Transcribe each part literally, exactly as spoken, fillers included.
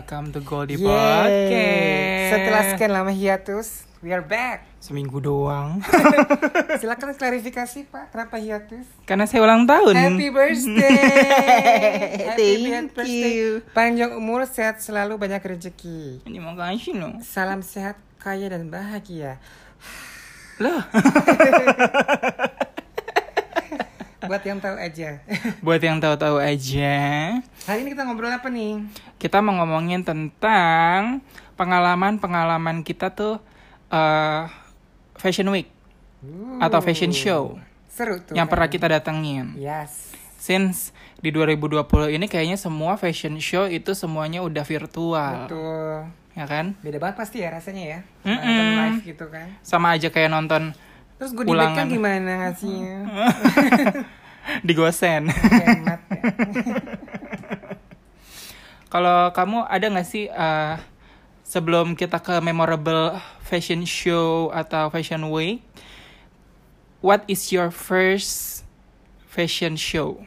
welcome to Goldie Yeay. Podcast. Setelah sekian lama hiatus, we are back. Seminggu doang. Silakan klarifikasi Pak, kenapa hiatus? Karena saya ulang tahun. Happy birthday. Happy Thank birthday. you. Panjang umur, sehat selalu, banyak rezeki. Ini mau kasih loh. Salam sehat, kaya dan bahagia. Loh. Buat yang tahu aja. Buat yang tahu-tahu aja. Hari ini kita ngobrol apa nih? Kita mau ngomongin tentang pengalaman-pengalaman kita tuh uh, Fashion Week Uh, atau Fashion Show Seru tuh. yang kan? pernah kita datengin. Yes. Since di dua ribu dua puluh ini kayaknya semua fashion show itu semuanya udah virtual. Betul. Ya kan? Beda banget pasti ya rasanya ya. Mm-mm. Nonton live gitu kan. Sama aja kayak nonton Terus gue di Ulangan. kan gimana ngasihnya? di Gosen. Hemat ya. Kalau kamu ada nggak sih uh, sebelum kita ke memorable fashion show atau fashion week, what is your first fashion show?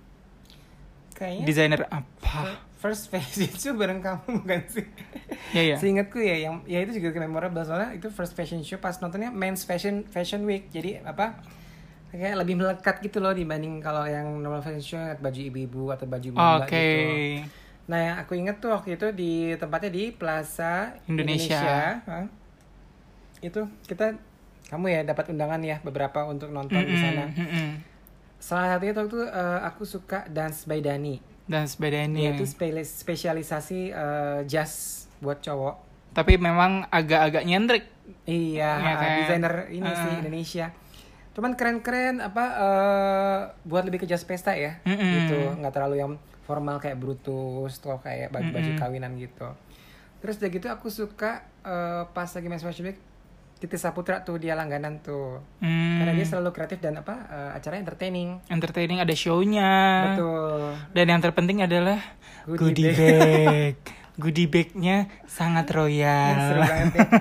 Kayaknya Desainer apa? first fashion show bareng kamu bukan sih? Ya ya. Seingatku ya, yang ya itu juga memorable soalnya itu first fashion show pas nontonnya Men's Fashion Fashion Week. Jadi apa? Kayak lebih melekat gitu loh dibanding kalau yang normal fashion show baju ibu-ibu atau baju Oke. mbak gitu. Nah, yang aku ingat tuh waktu itu di tempatnya di Plaza Indonesia. Indonesia. Hah? Itu kita kamu ya dapat undangan ya beberapa untuk nonton di sana. Mm-mm. Salah satunya tuh waktu uh, aku suka Dance by Dani. Dan sebedanya. Yaitu spe- spesialisasi uh, jazz buat cowok. Tapi memang agak-agak nyentrik. Iya, Ya kan? desainer ini Uh. sih Indonesia. Cuman keren-keren apa uh, buat lebih ke jazz pesta ya. Mm-mm. Gitu, nggak terlalu yang formal kayak Brutus atau kayak baju-baju Mm-mm. kawinan gitu. Terus udah gitu aku suka uh, pas lagi Men's Fashion Week Titi Saputra tuh dia langganan tuh. Hmm. Karena dia selalu kreatif dan apa uh, acaranya entertaining. Entertaining, ada show-nya. Betul. Dan yang terpenting adalah Goodie goodie bag. Goodie bag-nya sangat royal. Seru banget ya.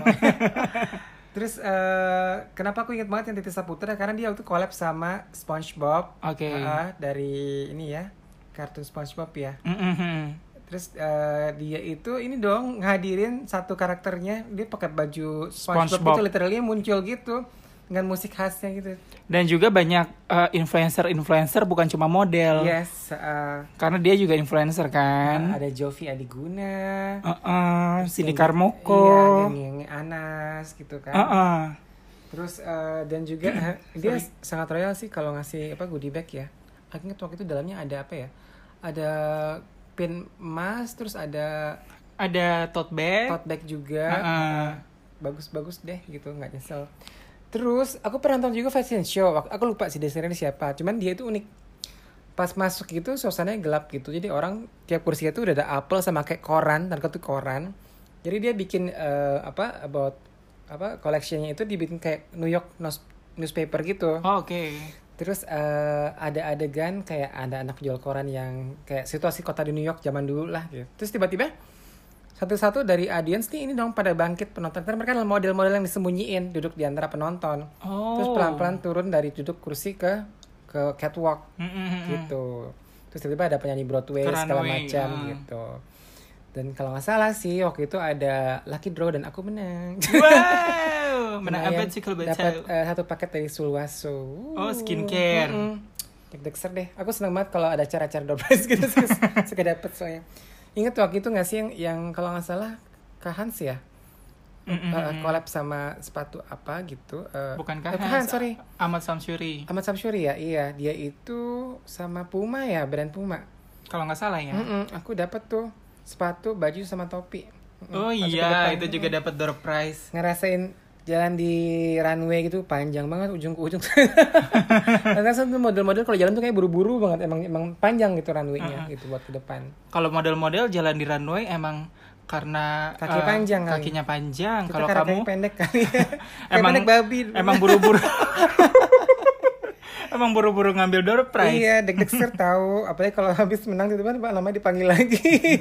Terus uh, kenapa aku ingat banget yang Titi Saputra karena dia waktu collab sama SpongeBob. Oke. Uh, dari ini ya kartun SpongeBob ya. Mm-mm. Terus uh, dia itu ini dong ngadirin satu karakternya dia pakai baju SpongeBob, SpongeBob. itu literally muncul gitu dengan musik khasnya gitu. Dan juga banyak uh, influencer-influencer bukan cuma model. Yes. Uh, Karena dia juga influencer kan. ada Jovi Adiguna. Uh-uh, Cindy Geng- Carmoko. Iya, geng-geng Anas gitu kan. Uh-uh. Terus uh, dan juga uh, dia sangat royal sih kalau ngasih apa goodie bag ya. Aku ingat waktu itu dalamnya ada apa ya? Ada pin emas, terus ada Ada tote bag. tote bag juga. Uh-uh. Uh, bagus-bagus deh gitu, nggak nyesel. Terus aku pernah nonton juga fashion show. Aku lupa sih desainernya siapa. Cuman dia itu unik. Pas masuk gitu suasananya gelap gitu. Jadi orang tiap kursinya tuh udah ada apel sama kayak koran, tanda kutip koran. Jadi dia bikin uh, apa about apa collectionnya itu dibikin kayak New York nos- newspaper gitu. Oh, oke. Okay. Terus uh, ada adegan kayak ada anak jual koran yang kayak situasi kota di New York zaman dulu lah gitu. Terus tiba-tiba satu-satu dari audience nih ini dong pada bangkit penonton. Karena mereka adalah model-model yang disembunyiin duduk di antara penonton. Oh. Terus pelan-pelan turun dari duduk kursi ke ke catwalk Mm-mm. gitu. Terus tiba-tiba ada penyanyi Broadway Ke segala runway, macam ah. gitu. Dan kalau nggak salah sih waktu itu ada lucky draw dan aku menang. Wow. Mana Lumayan. apa sih kalau baca? Dapat uh, satu paket dari Sulwaso. Oh, skincare. Mm-mm. Deg-degser deh. Aku senang banget kalau ada acara-acara door prize gitu suka, suka dapet soalnya. Ingat waktu itu nggak sih yang, yang kalau nggak salah Kahans ya? Mm-mm. Uh, collab sama sepatu apa gitu. Uh, Bukan eh, Kahans. Kahans, sorry. Ahmad Samsuri. Ahmad Samsuri ya, iya. Dia itu sama Puma ya, brand Puma. Kalau nggak salah ya. Mm-mm, aku dapat tuh sepatu, baju sama topi. Mm-mm, Oh masuk ke iya, depan. itu juga dapat door prize. Ngerasain jalan di runway gitu panjang banget ujung ke ujung. Karena tuh model-model kalau jalan tuh kayak buru-buru banget, emang emang panjang gitu runway-nya Uh-huh. gitu buat ke depan. Kalau model-model jalan di runway emang karena Kaki eh, panjang kali. kakinya panjang. Kita Kalau karena kamu kaki pendek kali. Kayak emang pendek babi. emang buru-buru. Emang buru-buru ngambil door prize. Iya, deg-deg tahu. Apalagi kalau habis menang tiba-tiba lama dipanggil lagi.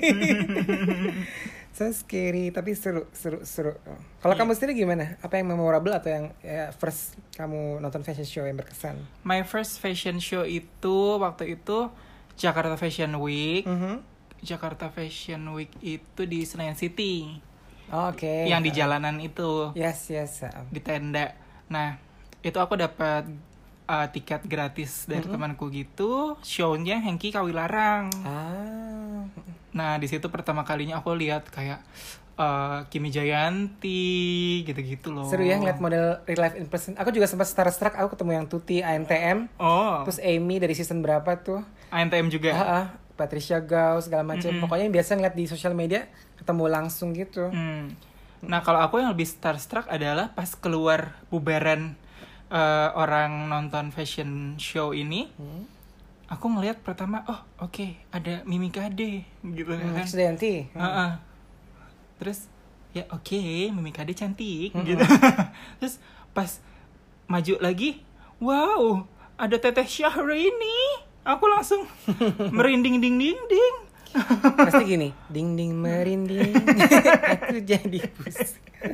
So scary, tapi seru, seru, seru. Kalau Iya. kamu sendiri gimana? Apa yang memorable atau yang ya, first kamu nonton fashion show yang berkesan? My first fashion show itu waktu itu Jakarta Fashion Week. Mhm. Jakarta Fashion Week itu di Senayan City. Oh, oke. Okay. Yang di jalanan itu. Yes, yes. Di tenda. Nah, itu aku dapat uh, tiket gratis dari mm-hmm. temanku gitu. Show-nya Hengky Kawilarang. Ah. Nah, di situ pertama kalinya aku lihat kayak uh, Kimi Jayanti gitu-gitu loh. Seru ya ngeliat model real life in person. Aku juga sempat starstruck, aku ketemu yang Tuti A N T M. Oh. Terus Amy dari season berapa tuh? A N T M juga. Uh, uh, Patricia Gao segala macam. Mm-hmm. Pokoknya yang biasa ngeliat di sosial media ketemu langsung gitu. Hmm. Nah, kalau aku yang lebih starstruck adalah pas keluar bubaran uh, orang nonton fashion show ini. Hmm. Aku ngelihat pertama, oh oke, okay, ada Mimi Kade gitu hmm, kan. Sudayanti. Hmm. Uh-uh. Terus ya oke, okay, Mimi Kade cantik hmm. gitu. Terus pas maju lagi, wow, ada Teteh Syahrini. Aku langsung merinding ding ding ding. Pasti gini, ding ding merinding. Aku jadi bus.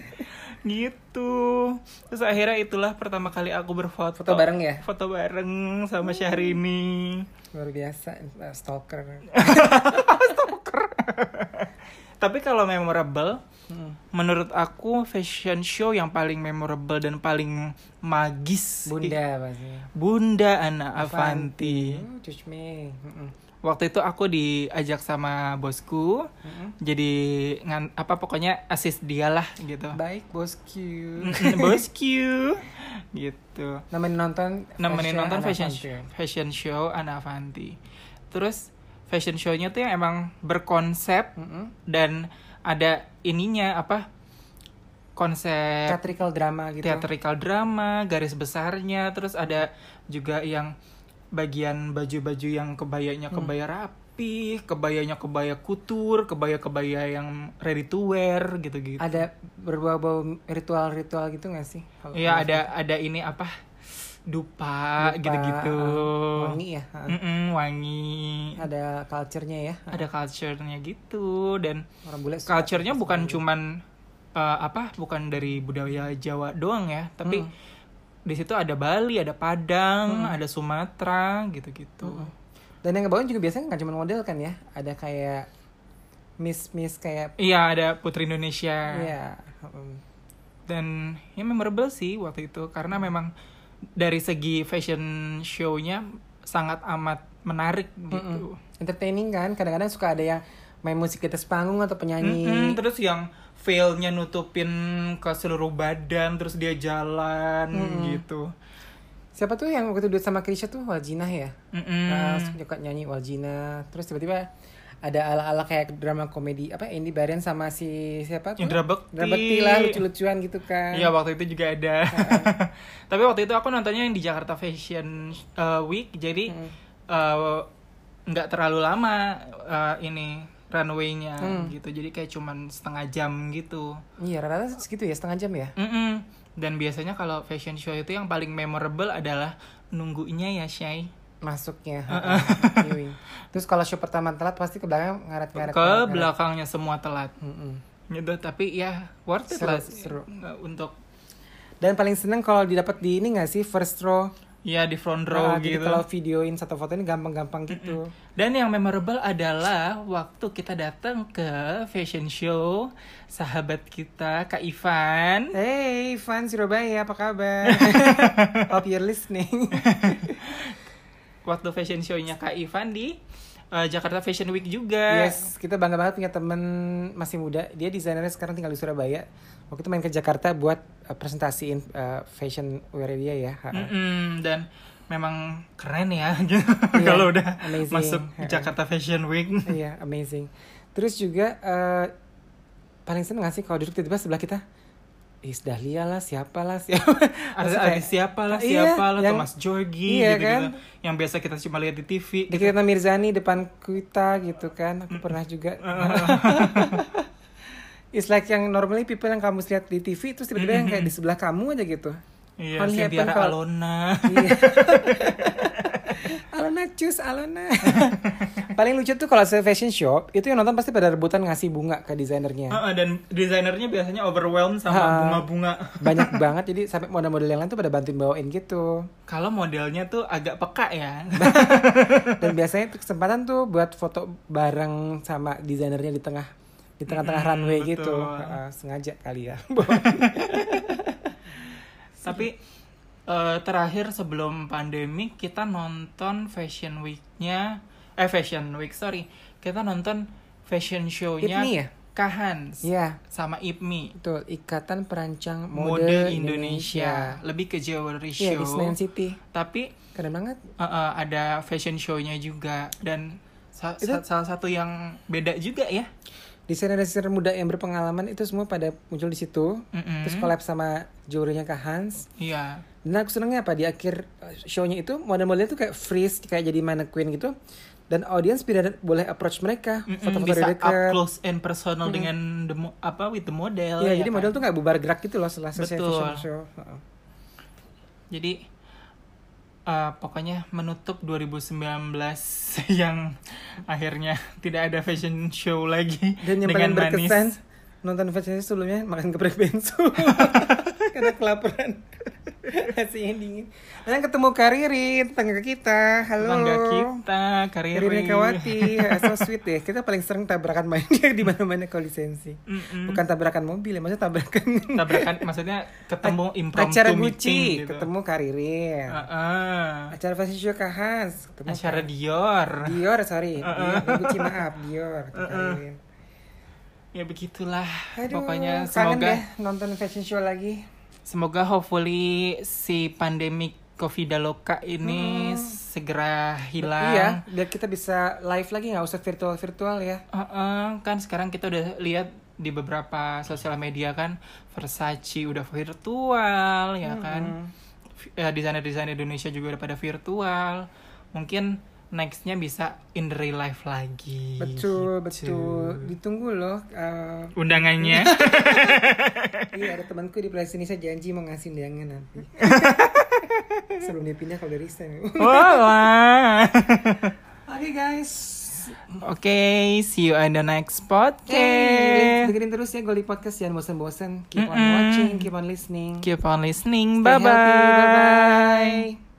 Gitu. Terus akhirnya itulah pertama kali aku berfoto. Foto bareng ya? Foto bareng sama Syahrini. Luar biasa, stalker. Stalker. Tapi kalau memorable, hmm. menurut aku fashion show yang paling memorable dan paling magis. Bunda pasti. Bunda Ana Avanti. Oh, touch me. Mm-mm. Waktu itu aku diajak sama bosku, mm-hmm. jadi ngan, apa pokoknya assist dia lah gitu. Baik bosku. Bosku, gitu. Nemenin nonton. Nemenin nonton fashion Avanti. show, fashion show Ana Avanti. Terus fashion show-nya tuh yang emang berkonsep mm-hmm. dan ada ininya apa? Konsep theatrical drama gitu. Theatrical drama, garis besarnya, terus ada juga yang bagian baju-baju yang kebayanya kebaya rapi, kebayanya kebaya kutur, kebaya-kebaya yang ready to wear gitu-gitu. Ada berbau-bau ritual-ritual gitu nggak sih? Iya ada ada ini apa dupa, dupa gitu-gitu. Uh, wangi ya. Uh. wangi. Ada culture-nya ya. Ada culture-nya gitu dan orang bule culture-nya bukan cuman uh, apa bukan dari budaya Jawa doang ya, tapi hmm. di situ ada Bali, ada Padang, hmm. ada Sumatera, gitu-gitu. Hmm. Dan yang ngebawain juga biasanya nggak cuma model kan ya, ada kayak miss-miss kayak. Iya, ada Putri Indonesia. Iya. Um. Dan ya memorable sih waktu itu karena memang dari segi fashion show-nya sangat amat menarik gitu. Mm-mm. Entertaining kan, kadang-kadang suka ada yang main musik di atas panggung atau penyanyi. Mm-mm, terus yang veil-nya nutupin ke seluruh badan terus dia jalan hmm. gitu. Siapa tuh yang waktu duet sama Krisya tuh Waljina ya? Uh, suka nyanyi Waljina. Terus tiba-tiba ada ala-ala kayak drama komedi apa Indi Barian sama si siapa tuh? Indra Bekti. Indra Bekti lah lucu-lucuan gitu kan. Iya waktu itu juga ada. Uh. Tapi waktu itu aku nontonnya yang di Jakarta Fashion uh, Week jadi hmm. uh, nggak terlalu lama uh, ini runway-nya hmm. gitu. Jadi kayak cuman setengah jam gitu. Iya, rata-rata segitu ya, setengah jam ya? Mm-mm. Dan biasanya kalau fashion show itu yang paling memorable adalah nunggunya ya, Syai. Masuknya. Terus kalau show pertama telat pasti ke belakang ngaret-ngaret. Ke belakangnya semua telat. Mm-mm. Gitu, tapi ya worth it seru, lah seru. Untuk. Dan paling seneng kalau didapat di ini nggak sih, first row? Ya di front row nah, gitu. Jadi kalau videoin satu foto ini gampang-gampang gitu. Dan yang memorable adalah waktu kita datang ke fashion show sahabat kita Kak Ivan. Hey Ivan Surabaya, apa kabar? Hope you're listening. Waktu fashion show-nya Kak Ivan di uh, Jakarta Fashion Week juga. Yes, kita bangga banget punya temen masih muda. Dia desainernya sekarang tinggal di Surabaya. Waktu itu main ke Jakarta buat uh, presentasiin uh, fashion wear dia ya. Mm-mm, dan memang keren ya yeah, kalau udah amazing. Masuk Jakarta Fashion Week. Iya, yeah, amazing. Terus juga uh, paling seneng gak sih kalau duduk tiba-tiba sebelah kita? Is Dahlia lah, siapa lah, siapa. Ada kayak, siapa lah, iya, siapa lah, yang, Thomas Jorgi iya, gitu-gitu. kan? Yang biasa kita cuma lihat di T V. Dikit gitu. Mirzani depan kita gitu kan. Aku pernah juga. It's like yang normally people yang kamu lihat di T V terus tiba-tiba mm-hmm. yang kayak di sebelah kamu aja gitu. Iya, Cynthia Alona. Iya. Alona cus, Alona. Paling lucu tuh kalau fashion show itu yang nonton pasti pada rebutan ngasih bunga ke desainernya. Uh, uh, dan desainernya biasanya overwhelmed sama Ha, bunga-bunga. Banyak banget, jadi sampai model-model yang lain tuh pada bantuin bawain gitu. Kalau modelnya tuh agak peka ya. Dan biasanya tuh kesempatan tuh buat foto bareng sama desainernya di tengah di tengah-tengah Mm, runway betul. gitu. Uh, sengaja kali ya. Tapi eh, terakhir sebelum pandemi kita nonton Fashion Week-nya eh Fashion Week sorry kita nonton fashion show-nya Ipmi ya? Kahans Iya, sama Ipmi betul. Ikatan Perancang Mode, Mode, Indonesia. Lebih ke jewelry Iya, di show. Senayan City. Tapi Keren banget. eh, eh, ada fashion show-nya juga dan sa- Itu- sa- salah satu yang beda juga ya. Desainer-desainer muda yang berpengalaman itu semua pada muncul di situ. Mm-mm. Terus collab sama jurinya Kak Hans. Iya. Dan aku senengnya apa di akhir uh, show-nya itu model-modelnya tuh kayak freeze kayak jadi mannequin gitu. Dan audiens tidak boleh approach mereka, Mm-mm, foto-foto bisa dari up dekat. close and personal dengan the mo- apa with the model. Iya, ya jadi kan? model tuh nggak bubar gerak gitu loh setelah selesai Betul. fashion show. Heeh. Jadi eh, pokoknya menutup dua ribu sembilan belas yang akhirnya tidak ada fashion show lagi Dan yang dengan paling berkesan manis. nonton fashion show sebelumnya makan geprek bensu karena kelaparan. Nasinya dingin. Dan ketemu Karirin, tetangga kita. Halo. Tetangga kita, Karirin. Karirin Kawati, so sweet deh. Kita paling sering tabrakan main dia di mana-mana kalau lisensi. Mm-mm. Bukan tabrakan mobil ya, maksudnya tabrakan. Tabrakan, maksudnya ketemu impromptu Acara meeting Gucci, gitu. ketemu Karirin. Uh-uh. Acara fashion show Kahans, ketemu Acara Kar- Dior. Dior, sorry. Uh-uh. Dior, Gucci maaf, Dior. ketemu Uh-uh. Karirin. Ya begitulah. Aduh, Pokoknya kangen semoga deh nonton fashion show lagi. semoga hopefully si pandemik Covid loka ini segera hilang. Iya, biar kita bisa live lagi, nggak usah virtual-virtual ya. Uh-uh, kan sekarang kita udah lihat di beberapa sosial media kan Versace udah virtual ya kan. F- eh, desainer-desainer Indonesia juga udah pada virtual. Mungkin nextnya bisa in the real life lagi. Betul, gitu. betul. Ditunggu loh. uh, Undangannya. Iya, ada temanku di Plaza Indonesia janji mau ngasih undangan nanti. Sebelum dia pindah kalau dari resign. Wah. Oke guys. Oke, see you on the next podcast. Hey, dengerin terus ya Goli Podcast, jangan bosan-bosan. Keep on Mm-mm. watching, keep on listening. Keep on listening. Stay Bye bye. healthy, bye-bye.